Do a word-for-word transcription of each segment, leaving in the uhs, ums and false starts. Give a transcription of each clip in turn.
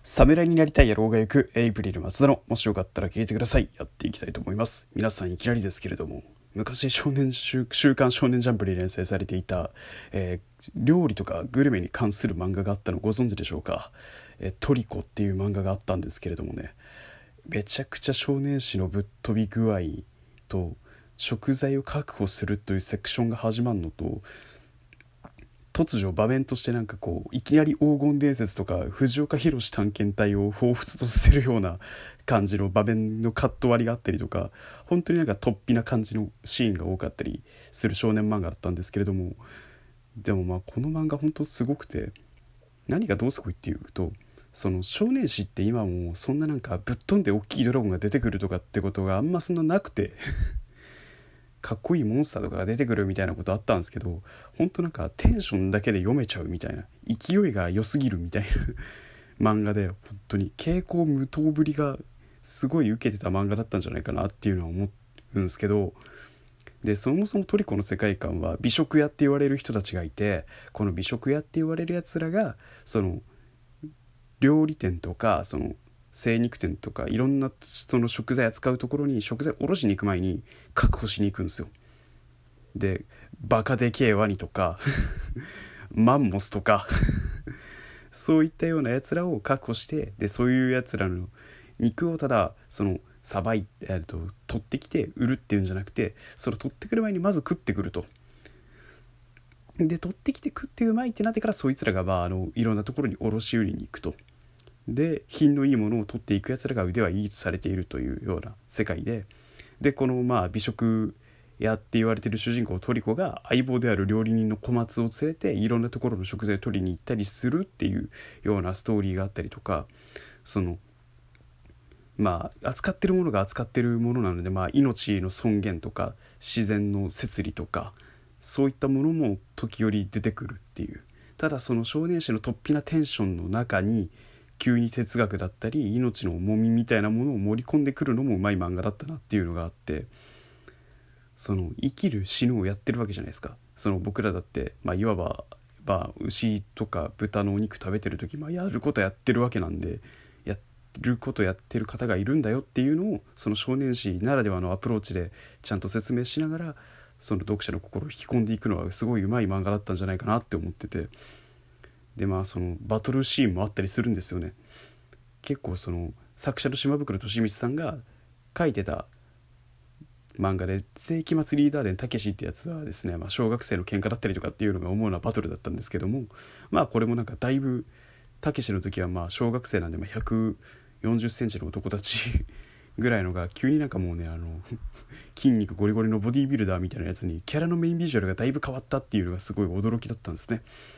侍になりたい野郎が行くエイプリル松田のもしよかったら聞いてください。やっていきたいと思います。皆さんいきなりですけれども、昔少年週週刊少年ジャンプに連載されていた、えー、料理とかグルメに関する漫画があったのご存知でしょうか。えー、トリコっていう漫画があったんですけれどもね、めちゃくちゃ少年誌のぶっ飛び具合と食材を確保するというセクションが始まるのと、突如場面としてなんかこういきなり黄金伝説とか藤岡弘探検隊を彷彿とさせるような感じの場面のカット割りがあったりとか、本当になんか突飛な感じのシーンが多かったりする少年漫画だったんですけれども、でもまあこの漫画本当すごくて、何がどうすごいっていうと、その少年誌って今もそんななんかぶっ飛んで大きいドラゴンが出てくるとかってことがあんまそんななくてかっこいいモンスターとかが出てくるみたいなことあったんですけど、本当なんかテンションだけで読めちゃうみたいな、勢いが良すぎるみたいな漫画で、本当に傾向無党ぶりがすごい受けてた漫画だったんじゃないかなっていうのは思うんですけど、でそもそもトリコの世界観は美食屋って言われる人たちがいて、この美食屋って言われるやつらがその料理店とかその精肉店とかいろんなその食材扱うところに食材おろしに行く前に確保しに行くんですよ。でバカでけえワニとかマンモスとかそういったようなやつらを確保して、でそういうやつらの肉をただそのさばいてと取ってきて売るっていうんじゃなくて、それ取ってくる前にまず食ってくると。で取ってきて食ってうまいってなってから、そいつらがまああのいろんなところに卸売りに行くと。で品のいいものを取っていくやつらが腕はいいとされているというような世界で、でこのまあ美食屋って言われている主人公トリコが相棒である料理人の小松を連れていろんなところの食材を取りに行ったりするっていうようなストーリーがあったりとか、そのまあ扱ってるものが扱ってるものなので、まあ命の尊厳とか自然の摂理とかそういったものも時折出てくるっていう。ただその少年誌の突飛なテンションの中に急に哲学だったり命の重みみたいなものを盛り込んでくるのもうまい漫画だったなっていうのがあって、その生きる死ぬをやってるわけじゃないですか。その僕らだって、まあ、いわば、まあ、牛とか豚のお肉食べてる時、まあ、やることやってるわけなんで、やることやってる方がいるんだよっていうのをその少年誌ならではのアプローチでちゃんと説明しながら、その読者の心を引き込んでいくのはすごいうまい漫画だったんじゃないかなって思ってて、でまあそのバトルシーンもあったりするんですよね。結構その作者の島袋俊光さんが書いてた漫画で世紀末リーダー伝たけしってやつはですね、まあ、小学生の喧嘩だったりとかっていうのが主なバトルだったんですけども、まあこれもなんかだいぶたけしの時はまあ小学生なんで、まあひゃくよんじゅっセンチの男たちぐらいのが急になんかもうね、あの筋肉ゴリゴリのボディービルダーみたいなやつにキャラのメインビジュアルがだいぶ変わったっていうのがすごい驚きだったんですね。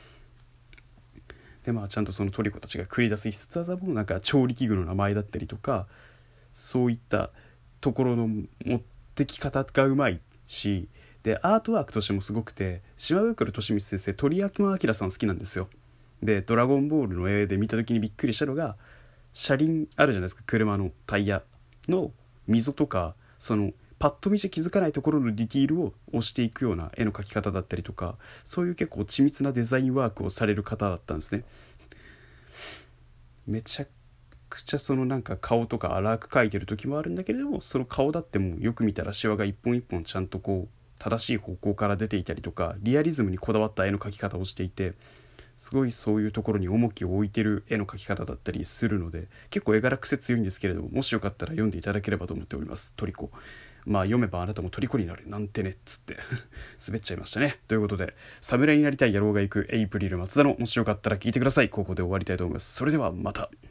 でまあちゃんとそのトリコたちが繰り出す必殺技もなんか調理器具の名前だったりとか、そういったところの持ってき方がうまいし、でアートワークとしてもすごくて、島袋俊光先生鳥山明さん好きなんですよ。でドラゴンボールの絵で見た時にびっくりしたのが、車輪あるじゃないですか、車のタイヤの溝とか、そのパッと見じゃ気づかないところのディティールを押していくような絵の描き方だったりとか、そういう結構緻密なデザインワークをされる方だったんですね。めちゃくちゃそのなんか顔とか荒く描いてる時もあるんだけれども、その顔だってもうよく見たらシワが一本一本ちゃんとこう正しい方向から出ていたりとか、リアリズムにこだわった絵の描き方をしていて、すごいそういうところに重きを置いてる絵の描き方だったりするので、結構絵柄癖強いんですけれども、もしよかったら読んでいただければと思っております。トリコ、まあ読めばあなたも虜になるなんてねっつって滑っちゃいましたね。ということで、侍になりたい野郎が行くエイプリル松田のもしよかったら聞いてください。ここで終わりたいと思います。それではまた。